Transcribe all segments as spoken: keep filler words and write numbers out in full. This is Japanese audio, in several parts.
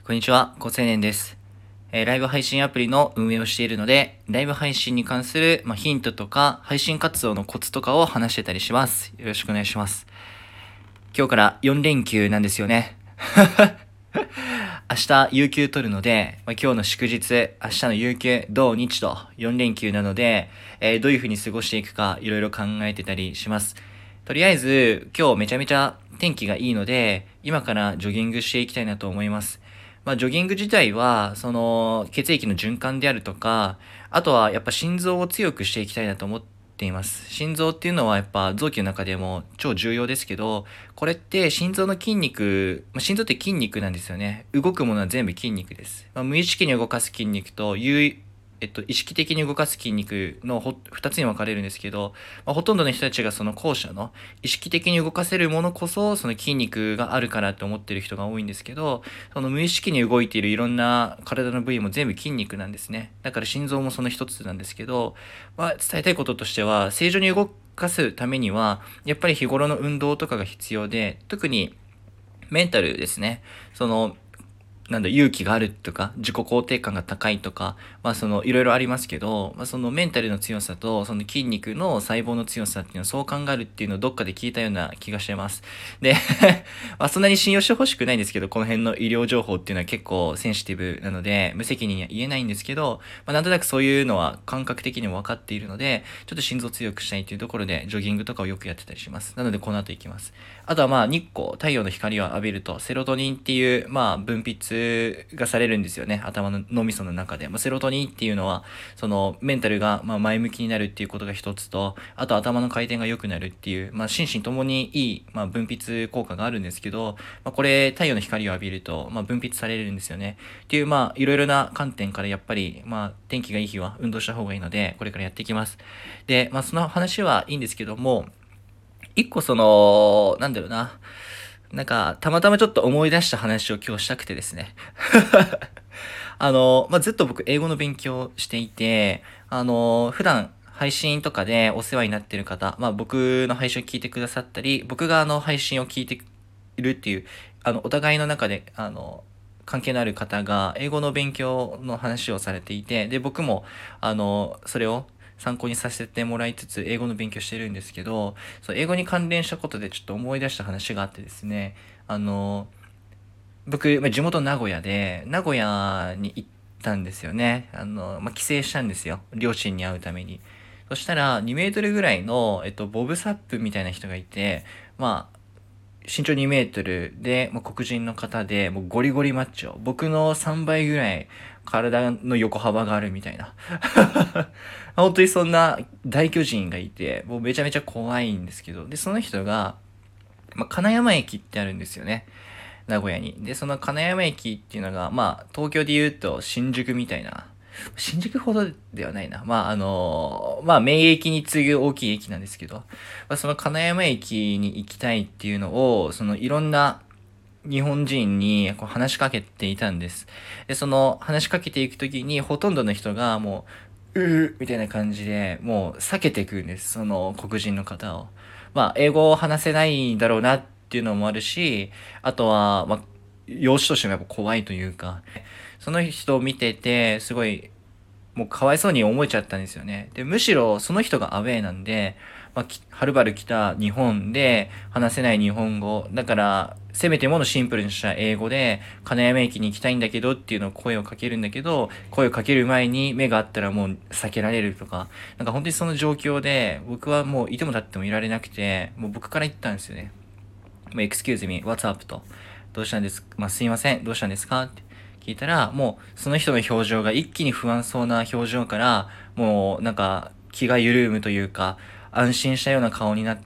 こんにちは、高青年です。えーライブ配信アプリの運営をしているので、ライブ配信に関する、まあ、ヒントとか、配信活動のコツとかを話してたりします。よろしくお願いします。今日からよん連休なんですよね。明日、有給取るので、まあ、今日の祝日、明日の有給、土日とよん連休なので、えーどういう風に過ごしていくか、いろいろ考えてたりします。とりあえず、今日めちゃめちゃ天気がいいので、今からジョギングしていきたいなと思います。まあ、ジョギング自体は、その、血液の循環であるとか、あとはやっぱ心臓を強くしていきたいなと思っています。心臓っていうのはやっぱ臓器の中でも超重要ですけど、これって心臓の筋肉、まあ、心臓って筋肉なんですよね。動くものは全部筋肉です。まあ、無意識に動かす筋肉と有えっと、意識的に動かす筋肉のほ二つに分かれるんですけど、まあ、ほとんどの人たちがその後者の意識的に動かせるものこそその筋肉があるからって思ってる人が多いんですけど、その無意識に動いているいろんな体の部位も全部筋肉なんですね。だから心臓もその一つなんですけど、まあ、伝えたいこととしては、正常に動かすためには、やっぱり日頃の運動とかが必要で、特にメンタルですね。そのなんだ、勇気があるとか、自己肯定感が高いとか、まあその、いろいろありますけど、まあそのメンタルの強さと、その筋肉の細胞の強さっていうのを相関があるっていうのをどっかで聞いたような気がしてます。で、まあそんなに信用してほしくないんですけど、この辺の医療情報っていうのは結構センシティブなので、無責任には言えないんですけど、まあなんとなくそういうのは感覚的にも分かっているので、ちょっと心臓強くしたいっていうところで、ジョギングとかをよくやってたりします。なのでこの後行きます。あとはまあ日光、太陽の光を浴びると、セロトニンっていう、まあ分泌がされるんですよね。頭の脳みその中で。まあ、セロトニンっていうのは、そのメンタルがまあ前向きになるっていうことが一つと、あと頭の回転が良くなるっていう、まあ心身ともにいい、まあ、分泌効果があるんですけど、まあ、これ太陽の光を浴びると、まあ、分泌されるんですよね。っていう、まあいろいろな観点からやっぱり、まあ天気がいい日は運動した方がいいので、これからやっていきます。で、まあその話はいいんですけども、一個その、なんだろうな。なんか、たまたまちょっと思い出した話を今日したくてですね。あの、まあ、ずっと僕英語の勉強していて、あの、普段配信とかでお世話になっている方、まあ、僕の配信を聞いてくださったり、僕があの配信を聞いているっていう、あの、お互いの中で、あの、関係のある方が英語の勉強の話をされていて、で、僕も、あの、それを参考にさせてもらいつつ、英語の勉強してるんですけど、そう、英語に関連したことでちょっと思い出した話があってですね、あの、僕、まあ地元名古屋で、名古屋に行ったんですよね。あの、まあ、帰省したんですよ。両親に会うために。そしたら、にメートルぐらいの、えっと、ボブサップみたいな人がいて、まあ、身長にメートルで、まあ、黒人の方で、もうゴリゴリマッチョ。僕のさんばいぐらい体の横幅があるみたいな。本当にそんな大巨人がいて、もうめちゃめちゃ怖いんですけど、で、その人が、まあ、金山駅ってあるんですよね。名古屋に。で、その金山駅っていうのが、まあ、東京で言うと新宿みたいな。新宿ほどではないな。まあ、あのまあ、名駅に次ぐ大きい駅なんですけど、まあ、その金山駅に行きたいっていうのを、そのいろんな日本人にこう話しかけていたんです。で、その話しかけていくときに、ほとんどの人がもう、うーみたいな感じで、もう避けていくんです。その黒人の方を。まあ、英語を話せないんだろうなっていうのもあるし、あとは、まあ、容姿としてもやっぱ怖いというか、その人を見てて、すごいもうかわいそうに思えちゃったんですよね。で、むしろその人がアウェーなんで、まあ、きはるばる来た日本で話せない日本語。だから、せめてものシンプルにした英語で、金山駅に行きたいんだけどっていうのを声をかけるんだけど、声をかける前に目があったらもう避けられるとか、なんか本当にその状況で、僕はもういても立ってもいられなくて、もう僕から言ったんですよね。まあ、excuse me, what's up と。どうしたんですか、まあ、すいません、どうしたんですかって聞いたら、もうその人の表情が一気に不安そうな表情から、もうなんか気が緩むというか、安心したような顔になって、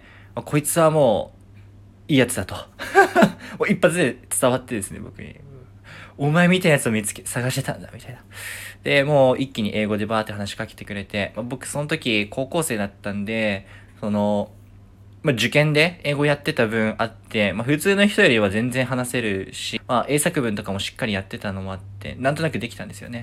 まあ、こいつはもういいやつだと。もう一発で伝わってですね、僕に。お前みたいなやつを見つけ、探してたんだ、みたいな。で、もう一気に英語でバーって話しかけてくれて、まあ、僕その時高校生だったんで、その、まあ、受験で英語やってた分あって、まあ、普通の人よりは全然話せるし、まあ、英作文とかもしっかりやってたのもあって、なんとなくできたんですよね。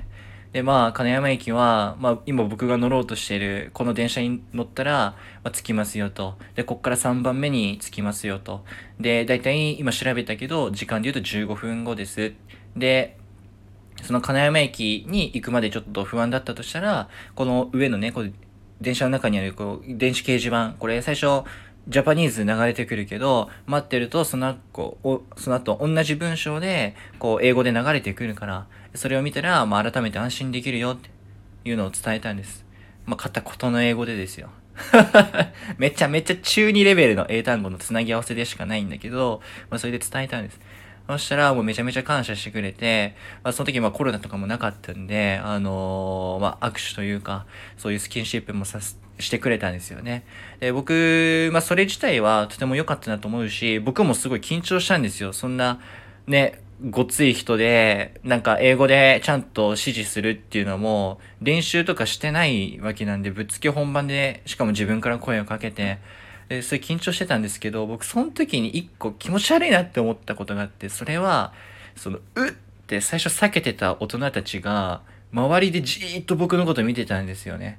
で、まあ、金山駅は、まあ、今僕が乗ろうとしている、この電車に乗ったら、まあ、着きますよと。で、こっからさんばんめに着きますよと。で、だいたい今調べたけど、時間で言うとじゅうごふんごです。で、その金山駅に行くまでちょっと不安だったとしたら、この上のね、こう電車の中にあるこう電子掲示板、これ最初、ジャパニーズ流れてくるけど、待ってるとその後、おその後同じ文章で、こう英語で流れてくるから、それを見たら、まあ、改めて安心できるよっていうのを伝えたんです。まあ、片言の英語でですよ。めちゃめちゃ中にレベルの英単語のつなぎ合わせでしかないんだけど、まあ、それで伝えたんです。そしたらもうめちゃめちゃ感謝してくれて、まあ、その時まあコロナとかもなかったんで、あのーまあ握手というか、そういうスキンシップもさす、してくれたんですよね。で、僕、まあそれ自体はとても良かったなと思うし、僕もすごい緊張したんですよ。そんな、ね、ごっつい人で、なんか英語でちゃんと指示するっていうのも、練習とかしてないわけなんで、ぶっつけ本番で、しかも自分から声をかけて、で、それ緊張してたんですけど、僕その時に一個気持ち悪いなって思ったことがあって、それは、その、うって最初避けてた大人たちが、周りでじーっと僕のこと見てたんですよね。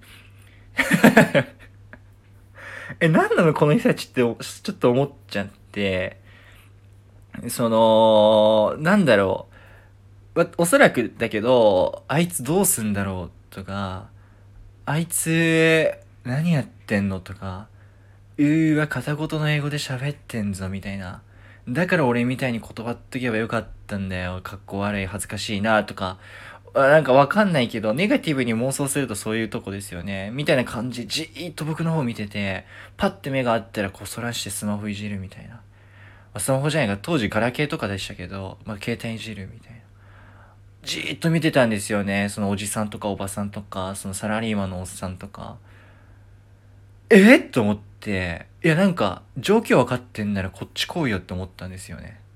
え、なんなのこの人たちって、ちょっと思っちゃって、その、なんだろう。わおそらくだけど、あいつどうすんだろうとか、あいつ何やってんのとか、うーわ、片言の英語で喋ってんぞみたいな。だから俺みたいに断っとけばよかったんだよ。かっこ悪い、恥ずかしいなとか。あなんかわかんないけど、ネガティブに妄想するとそういうとこですよね。みたいな感じ、じーっと僕の方見てて、パッて目があったらこそらしてスマホいじるみたいな。まあスマホじゃないか、当時ガラケーとかでしたけど、まあ携帯いじるみたいな。じーっと見てたんですよね。そのおじさんとかおばさんとか、そのサラリーマンのおっさんとか。えっと思って、いやなんか、状況分かってんならこっち来いよって思ったんですよね。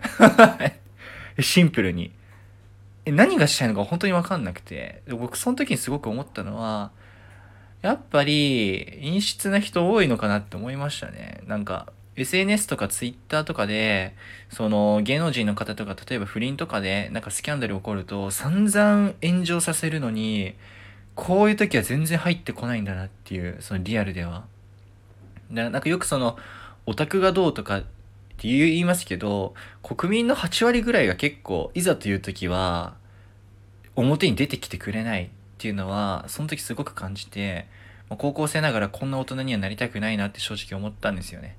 シンプルに。え、何がしたいのか本当に分かんなくて。で僕その時にすごく思ったのは、やっぱり、陰湿な人多いのかなって思いましたね。なんか、エスエヌエス とか Twitter とかで、その芸能人の方とか、例えば不倫とかで、なんかスキャンダル起こると、散々炎上させるのに、こういう時は全然入ってこないんだなっていう、そのリアルでは。ななんかよくその、オタクがどうとかって言いますけど、国民のはち割ぐらいが結構、いざという時は、表に出てきてくれないっていうのは、その時すごく感じて、高校生ながらこんな大人にはなりたくないなって正直思ったんですよね。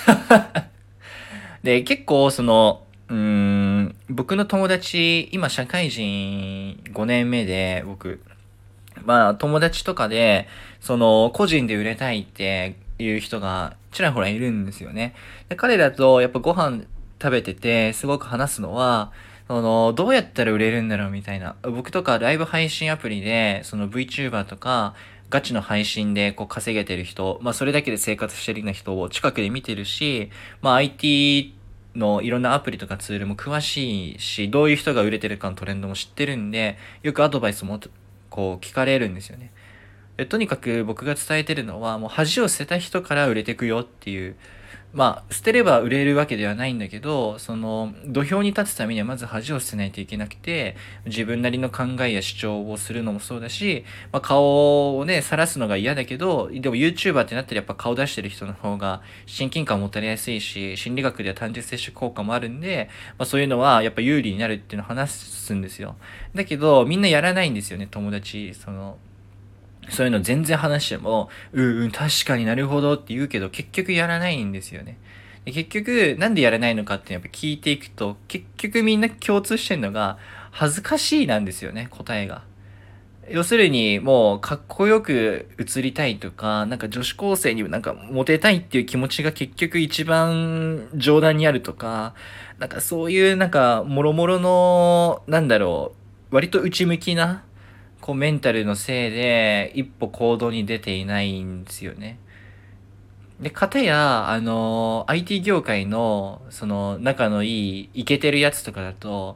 で、結構その、うーん、僕の友達、今社会人ごねんめで、僕、まあ友達とかで、その個人で売れたいっていう人がちらほらいるんですよね。で彼らとやっぱご飯食べててすごく話すのは、そのどうやったら売れるんだろうみたいな。僕とかライブ配信アプリで、その VTuber とか、ガチの配信でこう稼げてる人、まあそれだけで生活してるような人を近くで見てるし、まあ アイティー のいろんなアプリとかツールも詳しいし、どういう人が売れてるかのトレンドも知ってるんで、よくアドバイスもこう聞かれるんですよね。でとにかく僕が伝えてるのはもう恥を捨てた人から売れてくよっていう、まあ捨てれば売れるわけではないんだけど、その土俵に立つためにはまず恥を捨てないといけなくて、自分なりの考えや主張をするのもそうだし、まあ、顔をね晒すのが嫌だけど、でも YouTuber ってなったらやっぱ顔出してる人の方が親近感を持たれやすいし、心理学では単純接触効果もあるんで、まあ、そういうのはやっぱ有利になるっていうのを話すんですよ。だけどみんなやらないんですよね、友達。そのそういうの全然話しても、うんうん、確かになるほどって言うけど、結局やらないんですよね。で結局、なんでやらないのかってやっぱ聞いていくと、結局みんな共通してるのが、恥ずかしいなんですよね、答えが。要するに、もう、かっこよく映りたいとか、なんか女子高生になんかモテたいっていう気持ちが結局一番上段にあるとか、なんかそういうなんか、もろもろの、なんだろう、割と内向きな、こうメンタルのせいで一歩行動に出ていないんですよね。で、かたや、あの、アイティー 業界の、その、仲のいい、イケてるやつとかだと、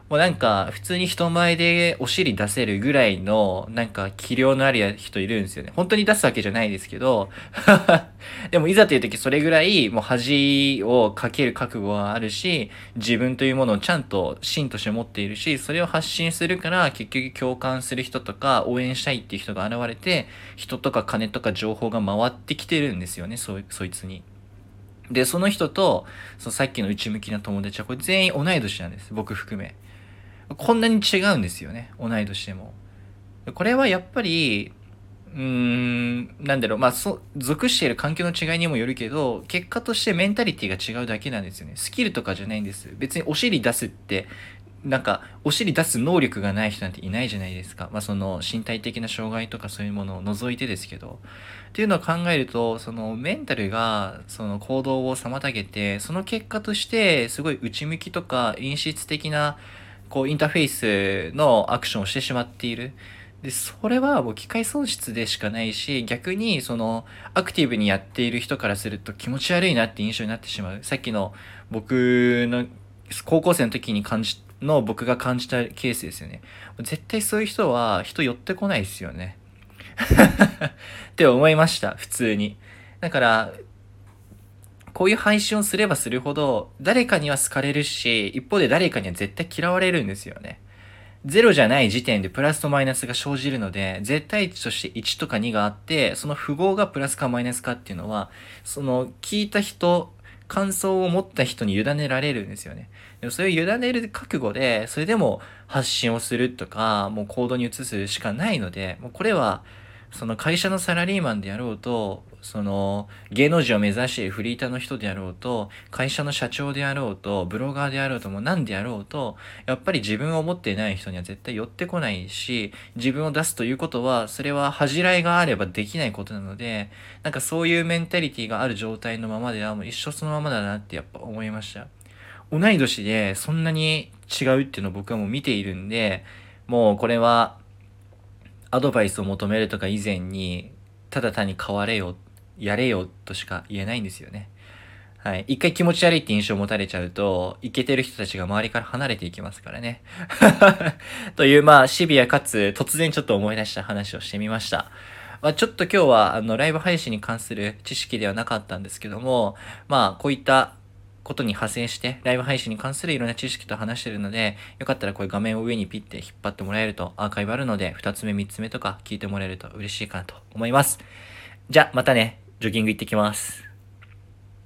もうなんか、普通に人前でお尻出せるぐらいの、なんか、器量のある人いるんですよね。本当に出すわけじゃないですけど、でもいざという時それぐらい、もう恥をかける覚悟はあるし、自分というものをちゃんと芯として持っているし、それを発信するから、結局共感する人とか、応援したいっていう人が現れて、人とか金とか情報が回ってきてるんですよね、そ、そいつに。で、その人と、そのさっきの内向きな友達は、これ全員同い年なんです。僕含め。こんなに違うんですよね。同い年でも。これはやっぱり、うーん、なんだろう、まあ、そ、属している環境の違いにもよるけど、結果としてメンタリティが違うだけなんですよね。スキルとかじゃないんです。別にお尻出すって、なんか、お尻出す能力がない人なんていないじゃないですか。まあ、その、身体的な障害とかそういうものを除いてですけど。っていうのを考えると、その、メンタルが、その、行動を妨げて、その結果として、すごい内向きとか、陰湿的な、こう、インターフェースのアクションをしてしまっている。で、それはもう機械損失でしかないし、逆にそのアクティブにやっている人からすると気持ち悪いなって印象になってしまう。さっきの僕の高校生の時に感じ、の僕が感じたケースですよね。絶対そういう人は人寄ってこないですよね。って思いました、普通に。だから、こういう配信をすればするほど、誰かには好かれるし、一方で誰かには絶対嫌われるんですよね。ゼロじゃない時点でプラスとマイナスが生じるので、絶対値としていちとかにがあって、その符号がプラスかマイナスかっていうのは、その聞いた人、感想を持った人に委ねられるんですよね。でもそれを委ねる覚悟で、それでも発信をするとか、もう行動に移すしかないので、もうこれは、その会社のサラリーマンであろうと、その芸能人を目指しているフリーターの人であろうと、会社の社長であろうと、ブロガーであろうと、もう何であろうと、やっぱり自分を持っていない人には絶対寄ってこないし、自分を出すということは、それは恥じらいがあればできないことなので、なんかそういうメンタリティがある状態のままではもう一生そのままだなってやっぱ思いました。同い年でそんなに違うっていうのを僕はもう見ているんで、もうこれはアドバイスを求めるとか以前に、ただ単に変われよ、やれよとしか言えないんですよね。はい。一回気持ち悪いって印象を持たれちゃうと、イケてる人たちが周りから離れていきますからね。という、まあ、シビアかつ、突然ちょっと思い出した話をしてみました。まあ、ちょっと今日は、あの、ライブ配信に関する知識ではなかったんですけども、まあ、こういったことに派生して、ライブ配信に関するいろんな知識と話してるので、よかったらこういう画面を上にピッて引っ張ってもらえるとアーカイブあるので、二つ目、三つ目とか聞いてもらえると嬉しいかなと思います。じゃあ、またね、ジョギング行ってきます。